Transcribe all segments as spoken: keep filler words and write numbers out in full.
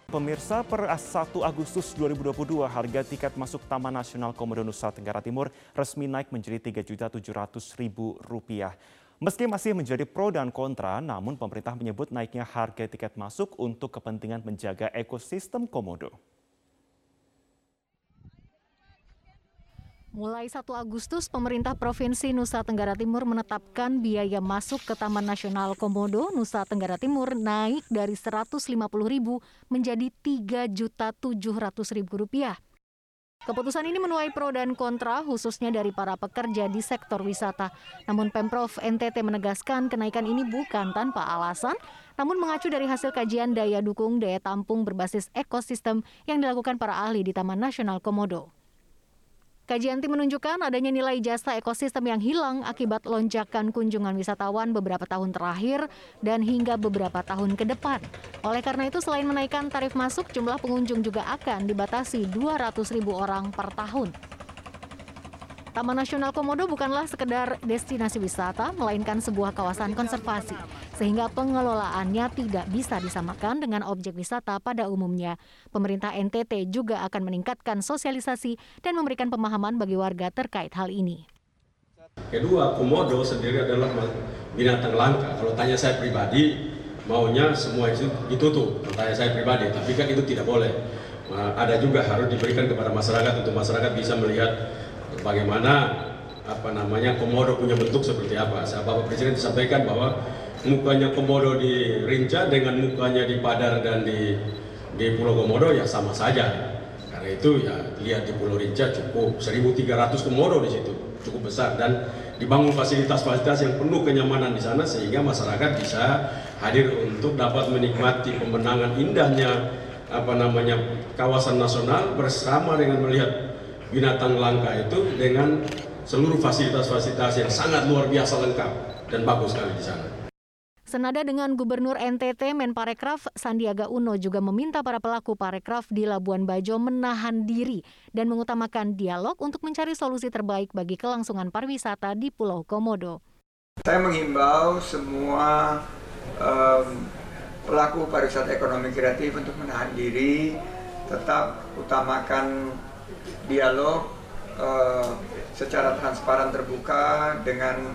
Pemirsa, per satu Agustus dua ribu dua puluh dua harga tiket masuk Taman Nasional Komodo Nusa Tenggara Timur resmi naik menjadi tiga juta tujuh ratus ribu rupiah. Meski masih menjadi pro dan kontra, namun pemerintah menyebut naiknya harga tiket masuk untuk kepentingan menjaga ekosistem komodo. Mulai satu Agustus, pemerintah Provinsi Nusa Tenggara Timur menetapkan biaya masuk ke Taman Nasional Komodo Nusa Tenggara Timur naik dari seratus lima puluh ribu menjadi tiga juta tujuh ratus ribu rupiah. Keputusan ini menuai pro dan kontra, khususnya dari para pekerja di sektor wisata. Namun Pemprov N T T menegaskan kenaikan ini bukan tanpa alasan, namun mengacu dari hasil kajian daya dukung daya tampung berbasis ekosistem yang dilakukan para ahli di Taman Nasional Komodo. Kajian tim menunjukkan adanya nilai jasa ekosistem yang hilang akibat lonjakan kunjungan wisatawan beberapa tahun terakhir dan hingga beberapa tahun ke depan. Oleh karena itu, selain menaikkan tarif masuk, jumlah pengunjung juga akan dibatasi dua ratus ribu orang per tahun. Taman Nasional Komodo bukanlah sekedar destinasi wisata, melainkan sebuah kawasan konservasi, sehingga pengelolaannya tidak bisa disamakan dengan objek wisata pada umumnya. Pemerintah N T T juga akan meningkatkan sosialisasi dan memberikan pemahaman bagi warga terkait hal ini. Kedua, komodo sendiri adalah binatang langka. Kalau tanya saya pribadi, maunya semua itu ditutup. Kalau tanya saya pribadi, tapi kan itu tidak boleh. Ada juga harus diberikan kepada masyarakat untuk masyarakat bisa melihat bagaimana apa namanya komodo punya bentuk seperti apa. Bapak Presiden disampaikan bahwa mukanya komodo di Rinca dengan mukanya di Padar dan di di Pulau Komodo ya sama saja. Karena itu ya lihat di Pulau Rinca cukup seribu tiga ratus komodo di situ, cukup besar, dan dibangun fasilitas-fasilitas yang penuh kenyamanan di sana sehingga masyarakat bisa hadir untuk dapat menikmati pemandangan indahnya apa namanya kawasan nasional bersama dengan melihat binatang langka itu dengan seluruh fasilitas-fasilitas yang sangat luar biasa lengkap dan bagus sekali di sana. Senada dengan Gubernur N T T, Menparekraf Sandiaga Uno juga meminta para pelaku parekraf di Labuan Bajo menahan diri dan mengutamakan dialog untuk mencari solusi terbaik bagi kelangsungan pariwisata di Pulau Komodo. Saya menghimbau semua um, pelaku pariwisata ekonomi kreatif untuk menahan diri, tetap utamakan dialog uh, secara transparan terbuka dengan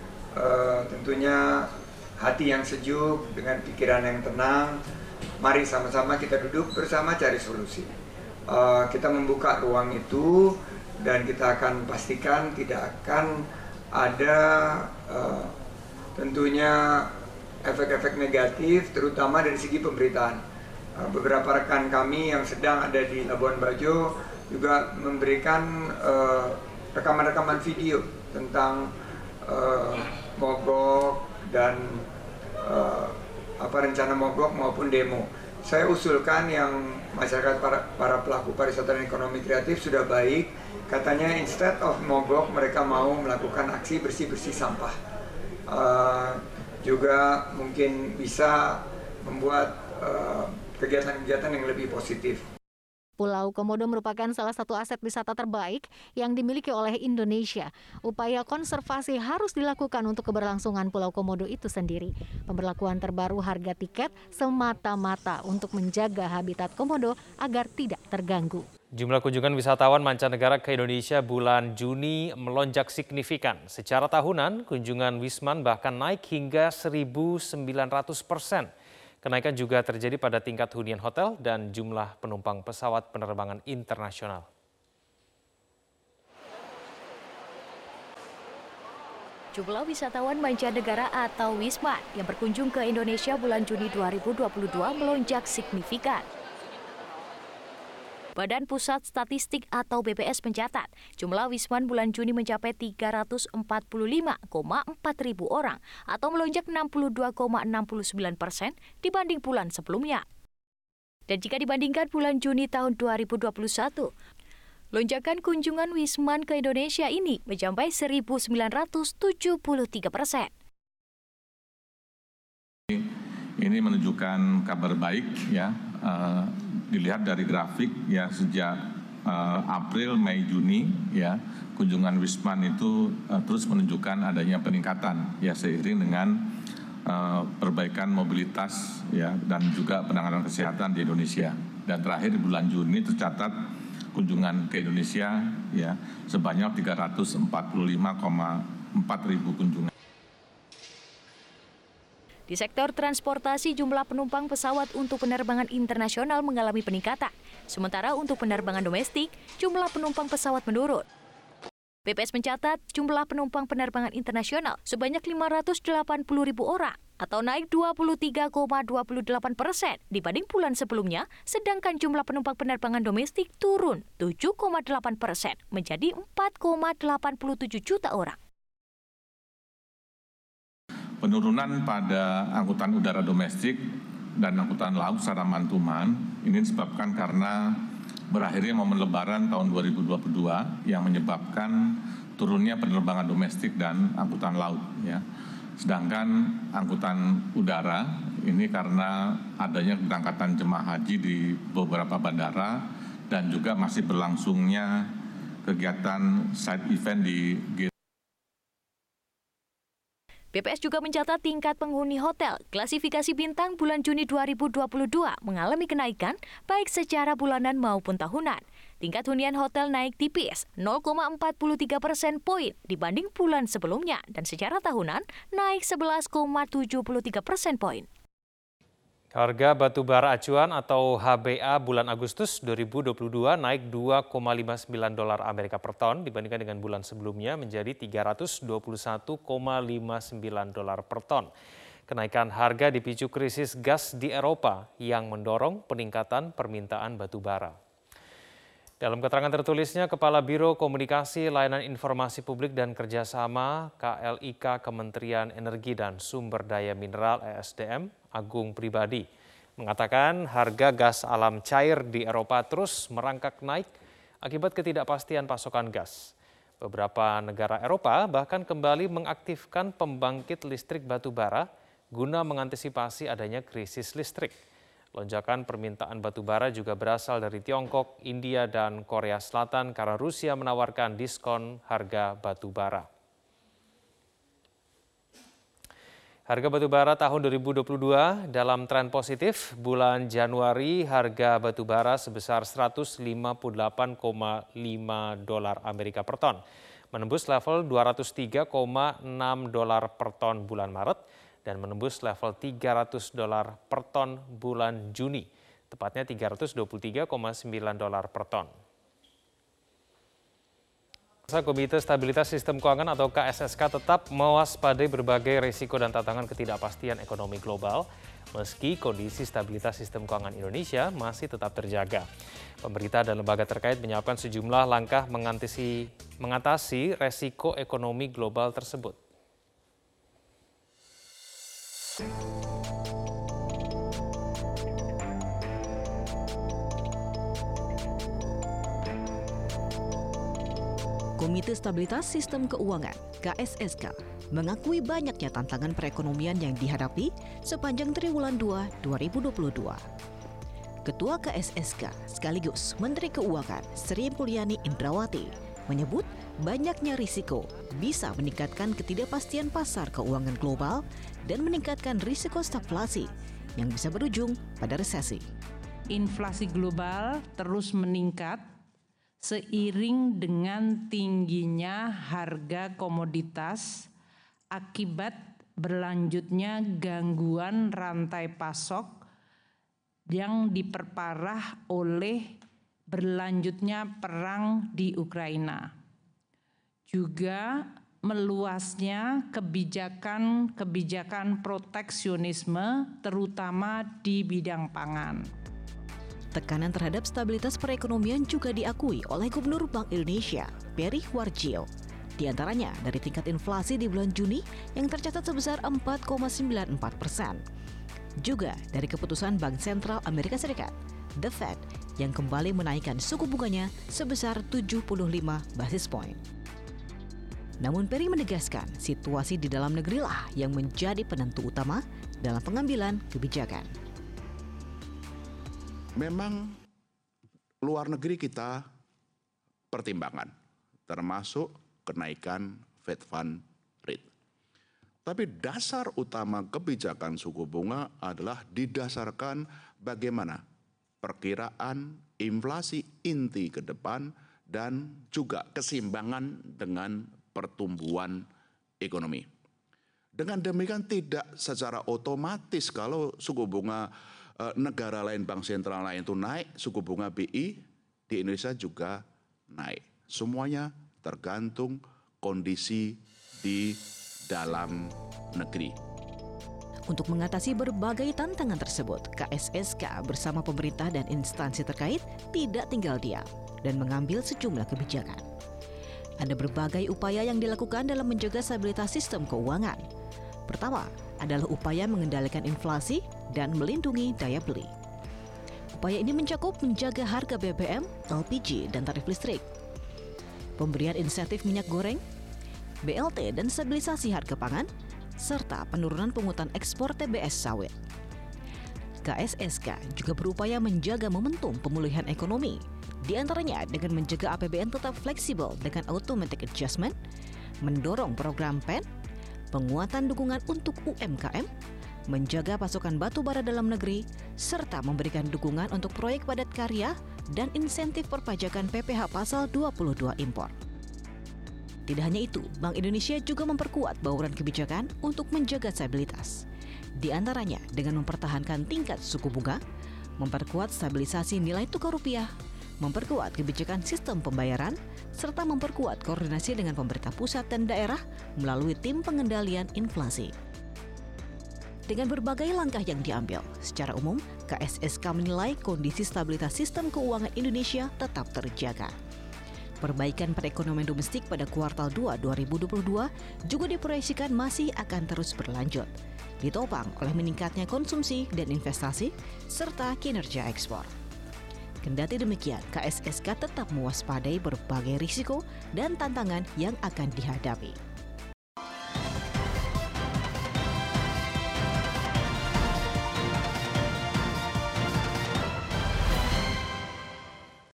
uh, tentunya hati yang sejuk, dengan pikiran yang tenang. Mari sama-sama kita duduk bersama cari solusi. Uh, kita membuka ruang itu dan kita akan pastikan tidak akan ada uh, tentunya efek-efek negatif, terutama dari segi pemberitaan. Uh, beberapa rekan kami yang sedang ada di Labuan Bajo juga memberikan uh, rekaman-rekaman video tentang uh, mogok dan uh, apa rencana mogok maupun demo. Saya usulkan yang masyarakat para, para pelaku pariwisata dan ekonomi kreatif sudah baik, katanya instead of mogok mereka mau melakukan aksi bersih-bersih sampah. Uh, juga mungkin bisa membuat uh, kegiatan-kegiatan yang lebih positif. Pulau Komodo merupakan salah satu aset wisata terbaik yang dimiliki oleh Indonesia. Upaya konservasi harus dilakukan untuk keberlangsungan Pulau Komodo itu sendiri. Pemberlakuan terbaru harga tiket semata-mata untuk menjaga habitat komodo agar tidak terganggu. Jumlah kunjungan wisatawan mancanegara ke Indonesia bulan Juni melonjak signifikan. Secara tahunan, kunjungan Wisman bahkan naik hingga seribu sembilan ratus persen. Kenaikan juga terjadi pada tingkat hunian hotel dan jumlah penumpang pesawat penerbangan internasional. Jumlah wisatawan mancanegara atau Wisman yang berkunjung ke Indonesia bulan Juni dua ribu dua puluh dua melonjak signifikan. Badan Pusat Statistik atau B P S mencatat, jumlah Wisman bulan Juni mencapai tiga ratus empat puluh lima koma empat ribu orang atau melonjak enam puluh dua koma enam sembilan persen dibanding bulan sebelumnya. Dan jika dibandingkan bulan Juni tahun dua ribu dua puluh satu, lonjakan kunjungan Wisman ke Indonesia ini mencapai seribu sembilan ratus tujuh puluh tiga persen. Ini menunjukkan kabar baik ya. Uh, dilihat dari grafik ya sejak uh, April, Mei, Juni ya kunjungan Wisman itu uh, terus menunjukkan adanya peningkatan ya seiring dengan uh, perbaikan mobilitas ya dan juga penanganan kesehatan di Indonesia. Dan terakhir di bulan Juni tercatat kunjungan ke Indonesia ya sebanyak tiga ratus empat puluh lima koma empat ribu kunjungan. Di sektor transportasi, jumlah penumpang pesawat untuk penerbangan internasional mengalami peningkatan. Sementara untuk penerbangan domestik, jumlah penumpang pesawat menurun. B P S mencatat jumlah penumpang penerbangan internasional sebanyak lima ratus delapan puluh ribu orang atau naik dua puluh tiga koma dua puluh delapan persen dibanding bulan sebelumnya, sedangkan jumlah penumpang penerbangan domestik turun tujuh koma delapan persen menjadi empat koma delapan puluh tujuh juta orang. Penurunan pada angkutan udara domestik dan angkutan laut secara man-to-man ini disebabkan karena berakhirnya momen Lebaran tahun dua ribu dua puluh dua yang menyebabkan turunnya penerbangan domestik dan angkutan laut. Ya. Sedangkan angkutan udara ini karena adanya keberangkatan jemaah haji di beberapa bandara dan juga masih berlangsungnya kegiatan side event di G. B P S juga mencatat tingkat penghuni hotel klasifikasi bintang bulan Juni dua ribu dua puluh dua mengalami kenaikan baik secara bulanan maupun tahunan. Tingkat hunian hotel naik tipis nol koma empat tiga persen poin dibanding bulan sebelumnya dan secara tahunan naik sebelas koma tujuh tiga persen poin. Harga batu bara acuan atau H B A bulan Agustus dua ribu dua puluh dua naik dua koma lima sembilan dolar Amerika per ton dibandingkan dengan bulan sebelumnya menjadi tiga ratus dua puluh satu koma lima sembilan dolar per ton. Kenaikan harga dipicu krisis gas di Eropa yang mendorong peningkatan permintaan batu bara. Dalam keterangan tertulisnya, Kepala Biro Komunikasi Layanan Informasi Publik dan Kerjasama K L I K Kementerian Energi dan Sumber Daya Mineral E S D M, Agung Pribadi, mengatakan harga gas alam cair di Eropa terus merangkak naik akibat ketidakpastian pasokan gas. Beberapa negara Eropa bahkan kembali mengaktifkan pembangkit listrik batu bara guna mengantisipasi adanya krisis listrik. Lonjakan permintaan batu bara juga berasal dari Tiongkok, India, dan Korea Selatan karena Rusia menawarkan diskon harga batu bara. Harga batu bara tahun dua ribu dua puluh dua dalam tren positif. Bulan Januari harga batu bara sebesar seratus lima puluh delapan koma lima dolar Amerika per ton, menembus level dua ratus tiga koma enam dolar per ton bulan Maret dan menembus level tiga ratus dolar per ton bulan Juni, tepatnya tiga ratus dua puluh tiga koma sembilan dolar per ton. Komite Stabilitas Sistem Keuangan atau K S S K tetap mewaspadai berbagai risiko dan tantangan ketidakpastian ekonomi global, meski kondisi stabilitas sistem keuangan Indonesia masih tetap terjaga. Pemerintah dan lembaga terkait menyiapkan sejumlah langkah mengatasi, mengatasi resiko ekonomi global tersebut. Komite Stabilitas Sistem Keuangan K S S K mengakui banyaknya tantangan perekonomian yang dihadapi sepanjang triwulan dua dua ribu dua puluh dua. Ketua K S S K sekaligus Menteri Keuangan Sri Mulyani Indrawati menyebut banyaknya risiko bisa meningkatkan ketidakpastian pasar keuangan global dan meningkatkan risiko stagflasi yang bisa berujung pada resesi. Inflasi global terus meningkat seiring dengan tingginya harga komoditas akibat berlanjutnya gangguan rantai pasok yang diperparah oleh berlanjutnya perang di Ukraina. Juga meluasnya kebijakan-kebijakan proteksionisme terutama di bidang pangan. Tekanan terhadap stabilitas perekonomian juga diakui oleh Gubernur Bank Indonesia, Peri Warjio. Di antaranya dari tingkat inflasi di bulan Juni yang tercatat sebesar empat koma sembilan empat persen. Juga dari keputusan Bank Sentral Amerika Serikat, The Fed, yang kembali menaikkan suku bunganya sebesar tujuh puluh lima basis point. Namun Peri menegaskan situasi di dalam negerilah yang menjadi penentu utama dalam pengambilan kebijakan. Memang luar negeri kita pertimbangan, termasuk kenaikan Fed Fund Rate. Tapi dasar utama kebijakan suku bunga adalah didasarkan bagaimana perkiraan inflasi inti ke depan dan juga keseimbangan dengan pertumbuhan ekonomi. Dengan demikian tidak secara otomatis kalau suku bunga e, negara lain, bank sentral lain itu naik, suku bunga B I di Indonesia juga naik. Semuanya tergantung kondisi di dalam negeri. Untuk mengatasi berbagai tantangan tersebut, K S S K bersama pemerintah dan instansi terkait tidak tinggal diam dan mengambil sejumlah kebijakan. Ada berbagai upaya yang dilakukan dalam menjaga stabilitas sistem keuangan. Pertama adalah upaya mengendalikan inflasi dan melindungi daya beli. Upaya ini mencakup menjaga harga B B M, L P G, dan tarif listrik, pemberian insentif minyak goreng, B L T dan stabilisasi harga pangan, serta penurunan pungutan ekspor T B S sawit. K S S K juga berupaya menjaga momentum pemulihan ekonomi, di antaranya dengan mencegah A P B N tetap fleksibel dengan automatic adjustment, mendorong program P E N, penguatan dukungan untuk U M K M, menjaga pasokan batu bara dalam negeri, serta memberikan dukungan untuk proyek padat karya dan insentif perpajakan P P H pasal dua puluh dua impor. Tidak hanya itu, Bank Indonesia juga memperkuat bauran kebijakan untuk menjaga stabilitas. Di antaranya dengan mempertahankan tingkat suku bunga, memperkuat stabilisasi nilai tukar rupiah, memperkuat kebijakan sistem pembayaran, serta memperkuat koordinasi dengan pemerintah pusat dan daerah melalui tim pengendalian inflasi. Dengan berbagai langkah yang diambil, secara umum K S S K menilai kondisi stabilitas sistem keuangan Indonesia tetap terjaga. Perbaikan perekonomian domestik pada kuartal dua dua ribu dua puluh dua juga diproyeksikan masih akan terus berlanjut, ditopang oleh meningkatnya konsumsi dan investasi, serta kinerja ekspor. Kendati demikian, K S S K tetap mewaspadai berbagai risiko dan tantangan yang akan dihadapi.